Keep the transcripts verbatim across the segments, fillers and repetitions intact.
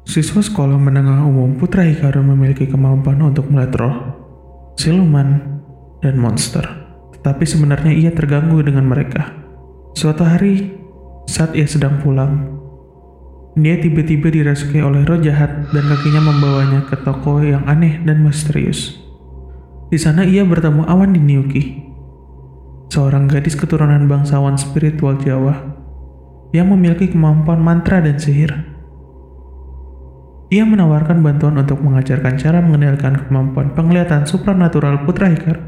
Siswa sekolah menengah umum Putra Hikaru memiliki kemampuan untuk melihat roh, siluman, dan monster. Tetapi sebenarnya ia terganggu dengan mereka. Suatu hari, saat ia sedang pulang, dia tiba-tiba dirasuki oleh roh jahat dan kakinya membawanya ke toko yang aneh dan misterius. Di sana ia bertemu Awan Niniuki, seorang gadis keturunan bangsawan spiritual Jawa yang memiliki kemampuan mantra dan sihir. Ia menawarkan bantuan untuk mengajarkan cara mengendalikan kemampuan penglihatan supranatural Putra Hikaru.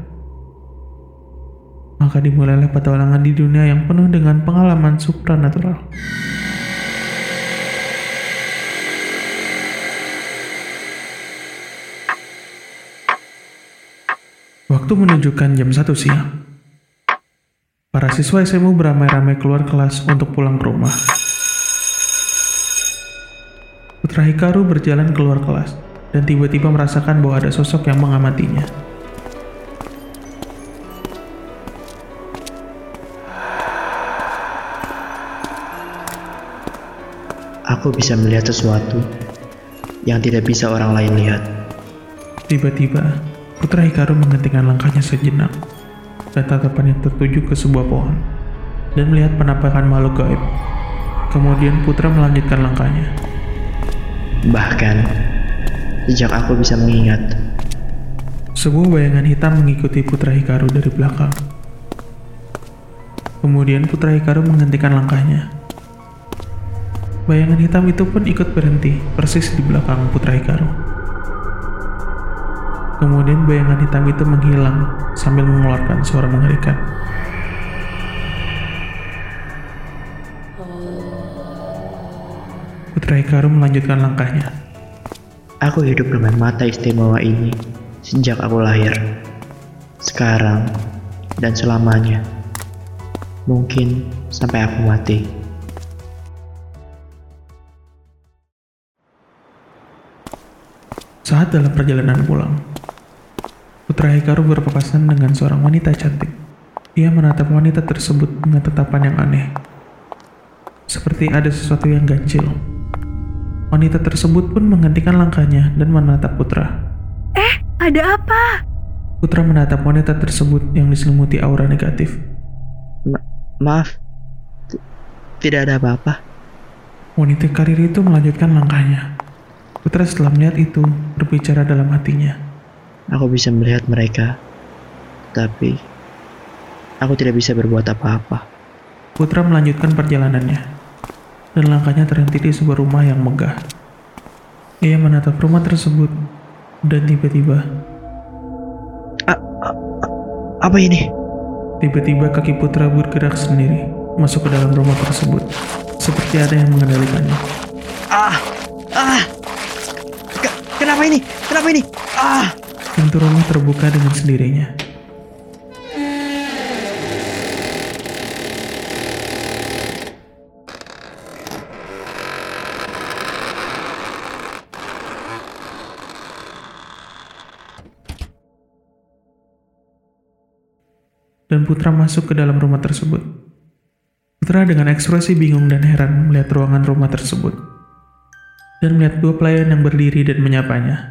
Maka dimulailah petualangan di dunia yang penuh dengan pengalaman supranatural. Waktu menunjukkan jam satu siang. Para siswa S M U beramai-ramai keluar kelas untuk pulang ke rumah. Putra Hikaru berjalan keluar kelas dan tiba-tiba merasakan bahwa ada sosok yang mengamatinya. Aku bisa melihat sesuatu yang tidak bisa orang lain lihat. Tiba-tiba, Putra Hikaru menghentikan langkahnya sejenak dan tatapannya tertuju ke sebuah pohon dan melihat penampakan makhluk gaib. Kemudian Putra melanjutkan langkahnya. Bahkan, sejak aku bisa mengingat, sebuah bayangan hitam mengikuti Putra Hikaru dari belakang. Kemudian Putra Hikaru menghentikan langkahnya. Bayangan hitam itu pun ikut berhenti, persis di belakang Putra Hikaru. Kemudian bayangan hitam itu menghilang sambil mengeluarkan suara mengerikan. Putra Hikaru melanjutkan langkahnya. Aku hidup dengan mata istimewa ini sejak aku lahir. Sekarang dan selamanya. Mungkin sampai aku mati. Saat dalam perjalanan pulang, Putra Hikaru berpapasan dengan seorang wanita cantik. Ia menatap wanita tersebut dengan tatapan yang aneh, seperti ada sesuatu yang ganjil. Wanita tersebut pun menghentikan langkahnya dan menatap Putra. Eh, ada apa? Putra menatap wanita tersebut yang diselimuti aura negatif. Ma- maaf, T- tidak ada apa-apa. Wanita karir itu melanjutkan langkahnya. Putra setelah melihat itu berbicara dalam hatinya. Aku bisa melihat mereka, tapi aku tidak bisa berbuat apa-apa. Putra melanjutkan perjalanannya, dan langkahnya terhenti di sebuah rumah yang megah. Ia menatap rumah tersebut, dan tiba-tiba, A- a- apa ini? tiba-tiba kaki Putra bergerak sendiri, masuk ke dalam rumah tersebut, seperti ada yang mengendalikannya. Ah, ah, Ke- kenapa ini? Kenapa ini? Ah, Pintu rumah terbuka dengan sendirinya. Dan Putra masuk ke dalam rumah tersebut. Putra dengan ekspresi bingung dan heran melihat ruangan rumah tersebut, dan melihat dua pelayan yang berdiri dan menyapanya.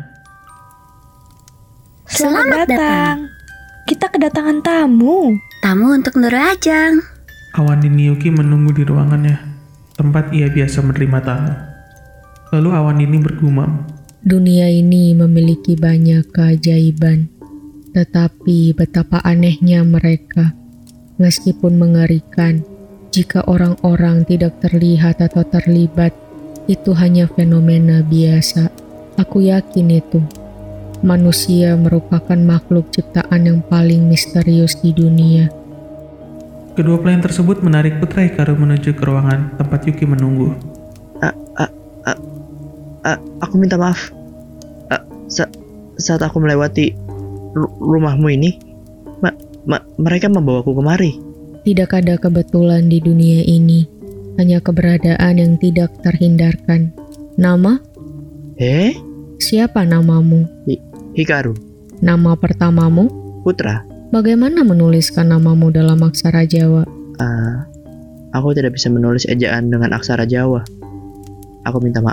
Selamat datang. Kita kedatangan tamu. Tamu untuk Nur Ajeng. Awan Niniuki menunggu di ruangannya, tempat ia biasa menerima tamu. Lalu Awan ini bergumam. Dunia ini memiliki banyak keajaiban, tetapi betapa anehnya mereka. Meskipun mengerikan, jika orang-orang tidak terlihat atau terlibat, itu hanya fenomena biasa. Aku yakin itu. Manusia merupakan makhluk ciptaan yang paling misterius di dunia. Kedua pelayan tersebut menarik Putra Hikaru menuju ke ruangan tempat Yuki menunggu. ah, ah, ah, ah, aku minta maaf. Ah, sa- saat aku melewati ru- rumahmu ini, ma- ma- mereka membawaku kemari. Tidak ada kebetulan di dunia ini, hanya keberadaan yang tidak terhindarkan. Nama? Eh, Siapa namamu? Hikaru, Nama pertamamu? Putra. Bagaimana menuliskan namamu dalam aksara Jawa? Ah, aku tidak bisa menulis ejaan dengan aksara Jawa. Aku minta maaf.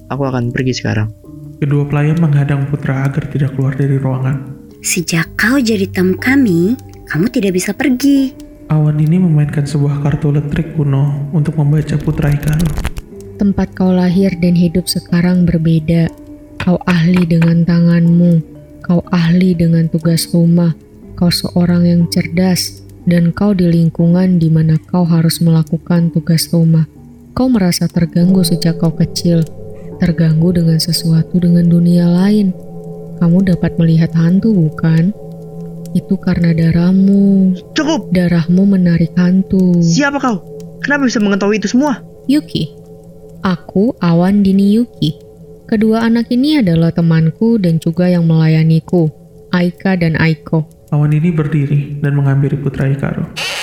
aku akan pergi sekarang. Kedua pelayan menghadang Putra agar tidak keluar dari ruangan. Sejak kau jadi tamu kami, kamu tidak bisa pergi. Awan ini memainkan sebuah kartu letrik kuno untuk membaca Putra Hikaru. Tempat kau lahir dan hidup sekarang berbeda. Kau ahli dengan tanganmu. Kau ahli dengan tugas rumah. Kau seorang yang cerdas. Dan kau di lingkungan di mana kau harus melakukan tugas rumah. Kau merasa terganggu sejak kau kecil. Terganggu dengan sesuatu dengan dunia lain. Kamu dapat melihat hantu, bukan? Itu karena darahmu. Cukup! Darahmu menarik hantu. Siapa kau? Kenapa bisa mengetahui itu semua? Yuki. Aku Awan Dini Yuki. Kedua anak ini adalah temanku dan juga yang melayaniku, Aika dan Aiko. Awan ini berdiri dan menghampiri Putra Hikaru.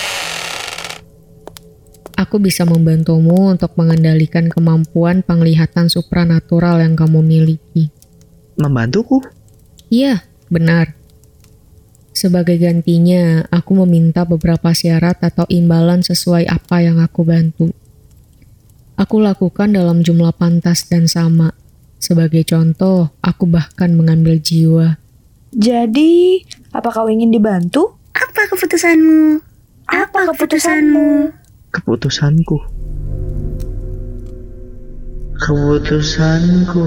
Aku bisa membantumu untuk mengendalikan kemampuan penglihatan supranatural yang kamu miliki. Membantuku? Iya, benar. Sebagai gantinya, aku meminta beberapa syarat atau imbalan sesuai apa yang aku bantu. Aku lakukan dalam jumlah pantas dan sama. Sebagai contoh, aku bahkan mengambil jiwa. Jadi, apa kau ingin dibantu? Apa keputusanmu? Apa keputusanmu? Keputusanku. Keputusanku.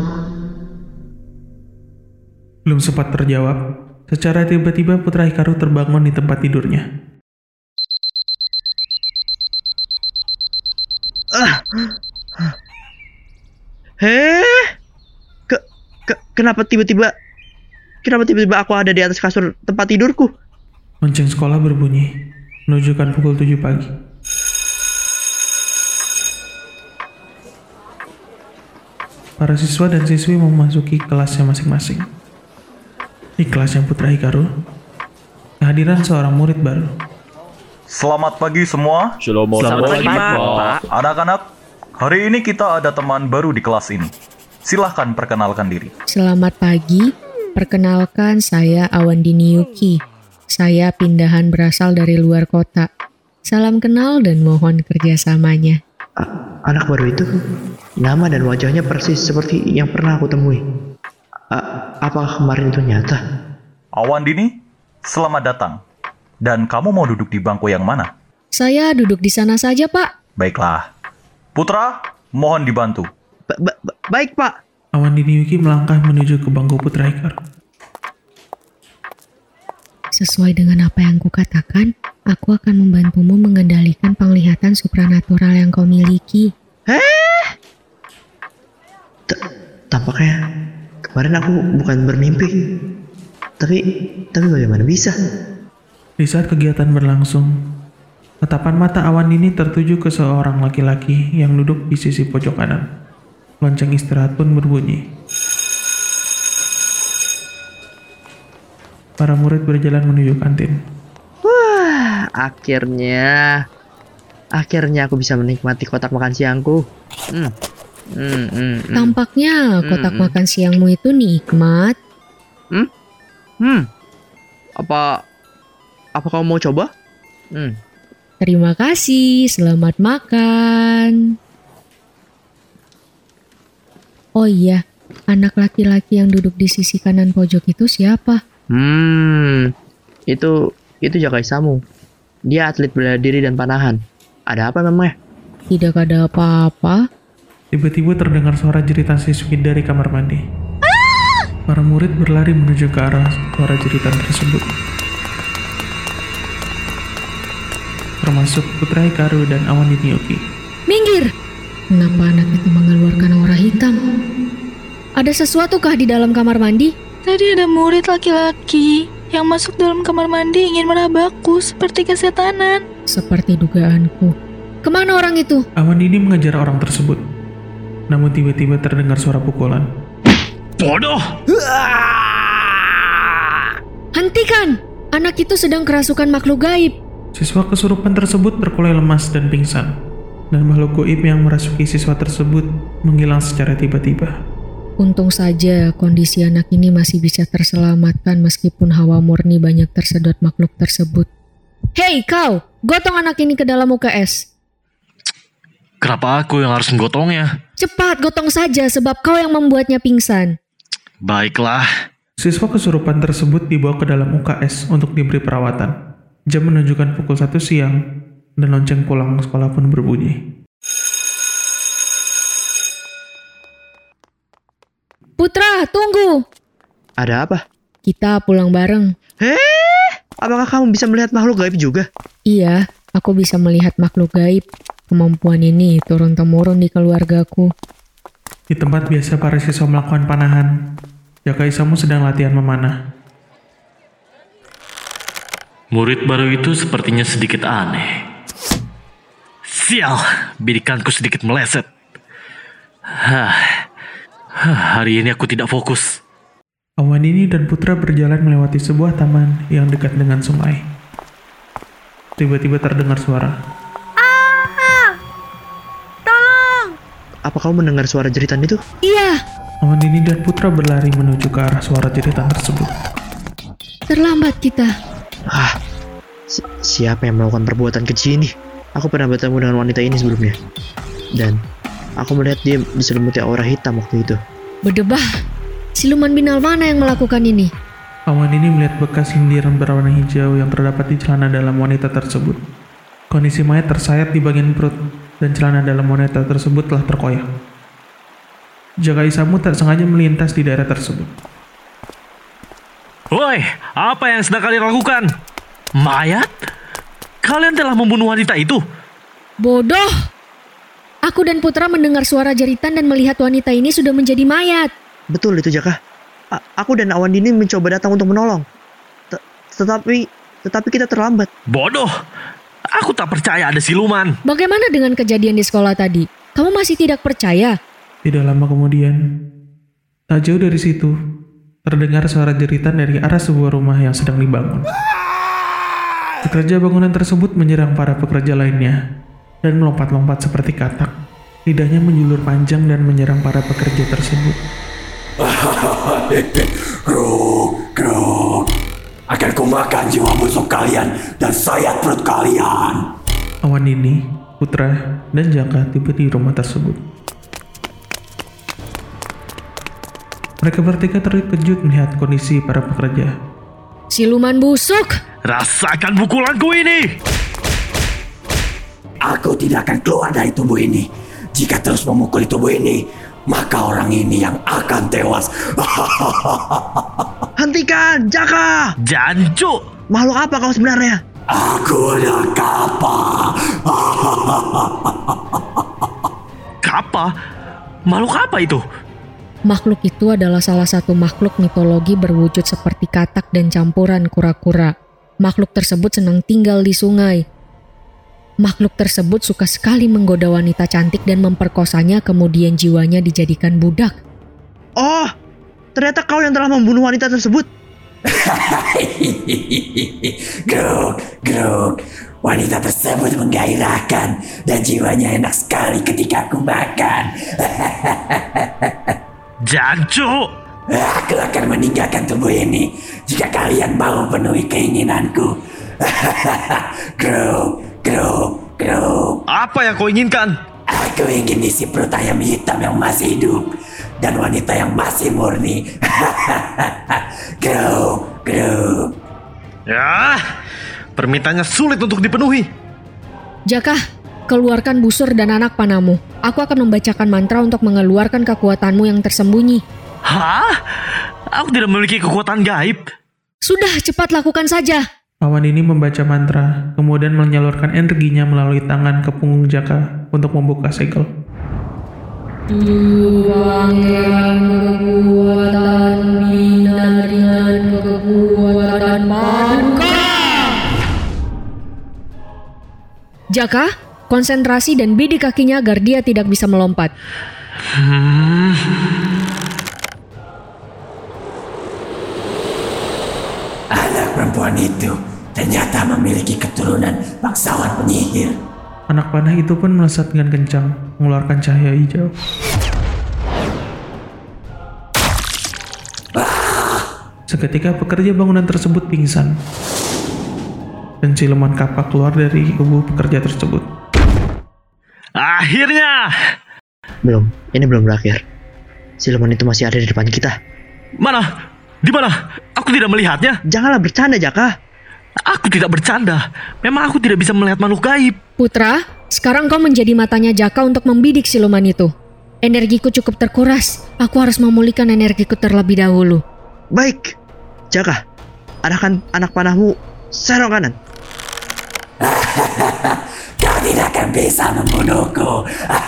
Belum sempat terjawab, secara tiba-tiba Putra Hikaru terbangun di tempat tidurnya. Ah. Heh. Ke, ke kenapa tiba-tiba Kenapa tiba-tiba aku ada di atas kasur tempat tidurku? Lonceng sekolah berbunyi, menunjukkan pukul tujuh pagi. Para siswa dan siswi memasuki kelasnya masing-masing. Di kelasnya Putra Hikaru, kehadiran seorang murid baru. Selamat pagi semua. Selamat, Selamat pagi, pagi, Pak. Pak. Anak-anak, hari ini kita ada teman baru di kelas ini. Silahkan perkenalkan diri. Selamat pagi, perkenalkan saya Awan Dini Yuki. Saya pindahan berasal dari luar kota. Salam kenal dan mohon kerjasamanya. A- anak baru itu, nama dan wajahnya persis seperti yang pernah aku temui. A- apakah kemarin itu nyata? Awan Dini, selamat datang. Dan kamu mau duduk di bangku yang mana? Saya duduk di sana saja, Pak. Baiklah. Putra, mohon dibantu. Ba- ba- ba- baik, Pak. Awan Dini Yuki melangkah menuju ke bangku Putra Hikaru. Sesuai dengan apa yang kukatakan, aku akan membantumu mengendalikan penglihatan supranatural yang kau miliki. T- tampaknya kemarin aku bukan bermimpi. Tapi, tapi bagaimana bisa? Di saat kegiatan berlangsung, tatapan mata Awan ini tertuju ke seorang laki-laki yang duduk di sisi pojok kanan. Lonceng istirahat pun berbunyi. Para murid berjalan menuju kantin. Wah, akhirnya, akhirnya aku bisa menikmati kotak makan siangku. Hmm, hmm, hmm, hmm. Tampaknya kotak Hmm. makan siangmu itu nikmat. Hmm, apa, apa kamu mau coba? Hmm. Terima kasih, selamat makan. Oh iya, anak laki-laki yang duduk di sisi kanan pojok itu siapa? Hmm, itu itu Jakai Samu. Dia atlet bela diri dan panahan. Ada apa memangnya? Tidak ada apa-apa. Tiba-tiba terdengar suara jeritan siswi dari kamar mandi. Para murid berlari menuju ke arah suara jeritan tersebut. Termasuk Putra Hikaru dan Awan Dini Yuki. Minggir! Kenapa anak itu mengeluarkan aura hitam? Ada sesuatukah di dalam kamar mandi? Tadi ada murid laki-laki yang masuk dalam kamar mandi ingin merabakku seperti kesetanan. Seperti dugaanku. Kemana orang itu? Awan ini mengejar orang tersebut. Namun tiba-tiba terdengar suara pukulan. Bodoh! Hentikan! Anak itu sedang kerasukan makhluk gaib. Siswa kesurupan tersebut berkulai lemas dan pingsan. Dan makhluk gaib yang merasuki siswa tersebut menghilang secara tiba-tiba. Untung saja kondisi anak ini masih bisa terselamatkan meskipun hawa murni banyak tersedot makhluk tersebut. Hei kau, gotong anak ini ke dalam U K S. Kenapa aku yang harus menggotongnya? Cepat, gotong saja sebab kau yang membuatnya pingsan. Baiklah. Siswa kesurupan tersebut dibawa ke dalam U K S untuk diberi perawatan. Jam menunjukkan pukul satu siang, dan lonceng pulang sekolah pun berbunyi. Putra, tunggu. Ada apa? Kita pulang bareng. Heh, apakah kamu bisa melihat makhluk gaib juga? Iya, aku bisa melihat makhluk gaib. Kemampuan ini turun-temurun di keluargaku. Di tempat biasa para siswa melakukan panahan, Jaka Isamu sedang latihan memanah. Murid baru itu sepertinya sedikit aneh. Sial, bidikanku sedikit meleset. Hah. Hari ini aku tidak fokus. Awandini dan Putra berjalan melewati sebuah taman yang dekat dengan sungai. Tiba-tiba terdengar suara. Apa kamu mendengar suara jeritan itu? Iya, Awandini dan Putra berlari menuju ke arah suara jeritan tersebut. terlambat kita. Ah, si- siapa yang melakukan perbuatan keji ini? Aku pernah bertemu dengan wanita ini sebelumnya. Dan aku melihat dia diselimuti aura hitam waktu itu. Berdebah, siluman binal mana yang melakukan ini? Awandini melihat bekas sindiran berwarna hijau yang terdapat di celana dalam wanita tersebut. Kondisi mayat tersayat di bagian perut, dan celana dalam wanita tersebut telah terkoyak. Jaka Isamu tak sengaja melintas di daerah tersebut. Woi, apa yang sedang kalian lakukan? Mayat? Kalian telah membunuh wanita itu? Bodoh! Aku dan Putra mendengar suara jeritan dan melihat wanita ini sudah menjadi mayat. Betul itu, Jaka. A- aku dan Awandini mencoba datang untuk menolong. T- tetapi, tetapi kita terlambat. Bodoh! Aku tak percaya ada siluman. Bagaimana dengan kejadian di sekolah tadi? Kamu masih tidak percaya? Tidak lama kemudian, tak jauh dari situ, terdengar suara jeritan dari arah sebuah rumah yang sedang dibangun. Pekerja bangunan tersebut menyerang para pekerja lainnya dan melompat-lompat seperti katak. Lidahnya menjulur panjang dan menyerang para pekerja tersebut. Kruk, kruk. Akan kumakan jiwa busuk kalian dan sayat perut kalian. Awandini, Putra, dan Jaka tiba di rumah tersebut. Mereka bertiga terkejut melihat kondisi para pekerja. Siluman busuk! Rasakan pukulanku ini! Aku tidak akan keluar dari tubuh ini. Jika terus memukuli tubuh ini, maka orang ini yang akan tewas. Hentikan, Jaka! Jancu! Makhluk apa kau sebenarnya? Aku adalah Kappa. Kappa? Makhluk apa itu? Makhluk itu adalah salah satu makhluk mitologi berwujud seperti katak dan campuran kura-kura. Makhluk tersebut senang tinggal di sungai. Makhluk tersebut suka sekali menggoda wanita cantik dan memperkosanya, kemudian jiwanya dijadikan budak. Oh, ternyata kau yang telah membunuh wanita tersebut. Gruk, gruk. Wanita tersebut menggairahkan dan jiwanya enak sekali ketika aku makan. Jancu! Aku akan meninggalkan tubuh ini jika kalian mau penuhi keinginanku. Gruk, gruk, gruk. Apa yang kau inginkan? Aku ingin isi perut ayam hitam yang masih hidup dan wanita yang masih murni. Gruk, gruk. Ya, permintaannya sulit untuk dipenuhi. Jaka, keluarkan busur dan anak panahmu. Aku akan membacakan mantra untuk mengeluarkan kekuatanmu yang tersembunyi. Hah? Aku tidak memiliki kekuatan gaib. Sudah, cepat lakukan saja. Awandini membaca mantra, kemudian menyalurkan energinya melalui tangan ke punggung Jaka untuk membuka segel. Tuangkan kekuatan binar dengan kekuatan paduka. Jaka, konsentrasi dan bidik kakinya agar dia tidak bisa melompat. Hmm. Anak perempuan itu ternyata memiliki keturunan bangsawan penyihir. Anak panah itu pun melesat dengan kencang, mengeluarkan cahaya hijau. Seketika pekerja bangunan tersebut pingsan, dan siluman kapak keluar dari tubuh pekerja tersebut. Akhirnya! Belum, ini belum berakhir. Siluman itu masih ada di depan kita. Mana? Di mana? Aku tidak melihatnya. Janganlah bercanda, Jaka. Aku tidak bercanda. Memang aku tidak bisa melihat makhluk gaib. Putra, sekarang kau menjadi matanya Jaka untuk membidik siluman itu. Energiku cukup terkuras. Aku harus memulihkan energiku terlebih dahulu. Baik, Jaka. Arahkan anak panahmu serong kanan. Kau tidak akan bisa membunuhku.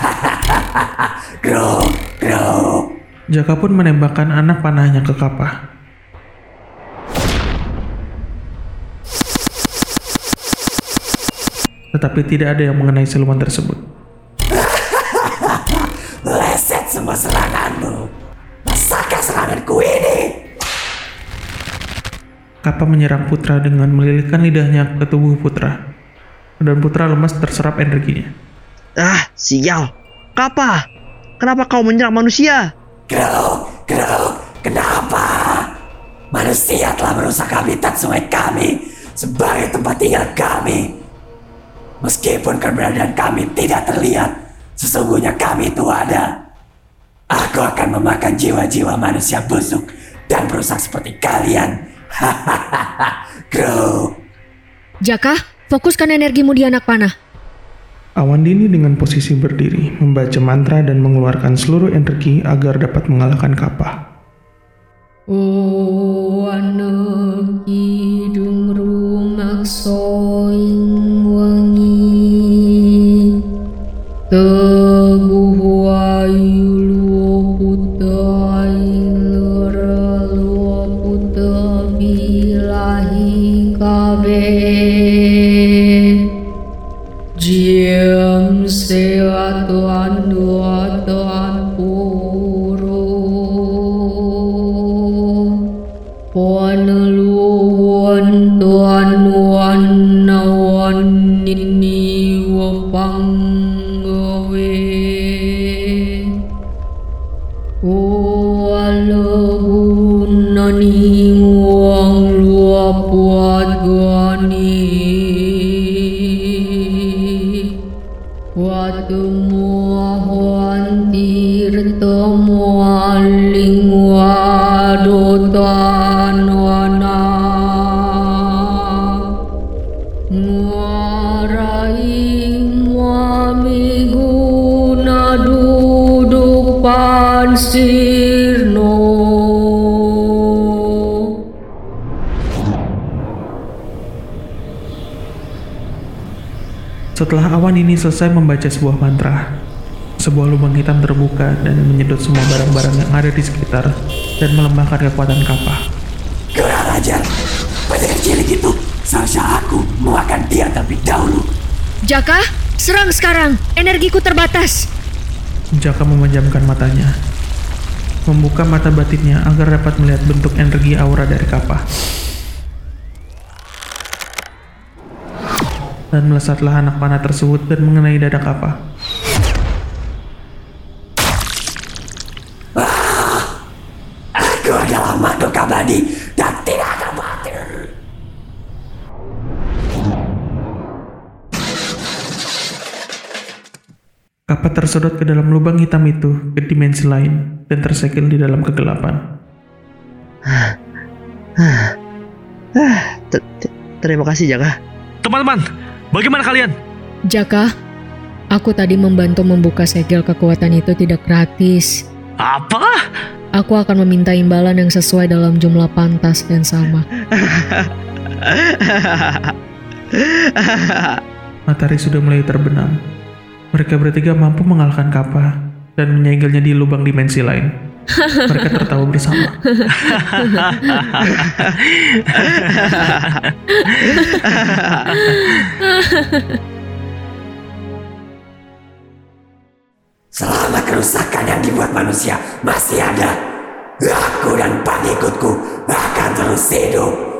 Grok, grok. Jaka pun menembakkan anak panahnya ke Kappa. Tetapi tidak ada yang mengenai siluman tersebut. Leset semua seranganmu. Masakan seranganku ini? Kappa menyerang Putra dengan melilitkan lidahnya ke tubuh Putra. Dan Putra lemas terserap energinya. Ah, sial. Kappa, kenapa kau menyerang manusia? Grok, grok, kenapa? Manusia telah merusak habitat sungai kami sebagai tempat tinggal kami. Meskipun keberadaan kami tidak terlihat, sesungguhnya kami itu ada. Aku akan memakan jiwa-jiwa manusia busuk dan berusak seperti kalian. Hahaha, grok. Jaka, fokuskan energimu di anak panah. Awandini dengan posisi berdiri, membaca mantra dan mengeluarkan seluruh energi agar dapat mengalahkan Kappa. O anak kidung rumak soing wangi, teguh wayu luo puta ilera luo puta bilahi kabeh. Jiam sewa tuan dua tuan puro Puan luan tuan wan nawan nini wapang gawe Walau nani wang luap buat gani Watumuahuan tirtomualing wadotan wana Nguaraing wamiguna duduk pansirno. Setelah awan ini selesai membaca sebuah mantra, sebuah lubang hitam terbuka dan menyedot semua barang-barang yang ada di sekitar dan melembahkan kekuatan Kappa. Kurang ajar. Pada kecil itu, seharusnya aku memakan dia terlebih dahulu. Jaka, serang sekarang. Energiku terbatas. Jaka memejamkan matanya, membuka mata batinnya agar dapat melihat bentuk energi aura dari Kappa. Dan melesatlah anak panah tersebut dan mengenai dada Kappa. Aku adalah makhluk abadi dan tidak akan mati. Kappa tersedot ke dalam lubang hitam itu ke dimensi lain dan tersegel di dalam kegelapan. Terima kasih, Jaka. Teman-teman, bagaimana kalian? Jaka, aku tadi membantu membuka segel kekuatan itu tidak gratis. Apa? Aku akan meminta imbalan yang sesuai dalam jumlah pantas dan sama. Matahari sudah mulai terbenam. Mereka bertiga mampu mengalahkan Kappa dan menyegelnya di lubang dimensi lain. Mereka tertawa bersama. Selama kerusakan yang dibuat manusia masih ada, aku dan pengikutku akan terus hidup.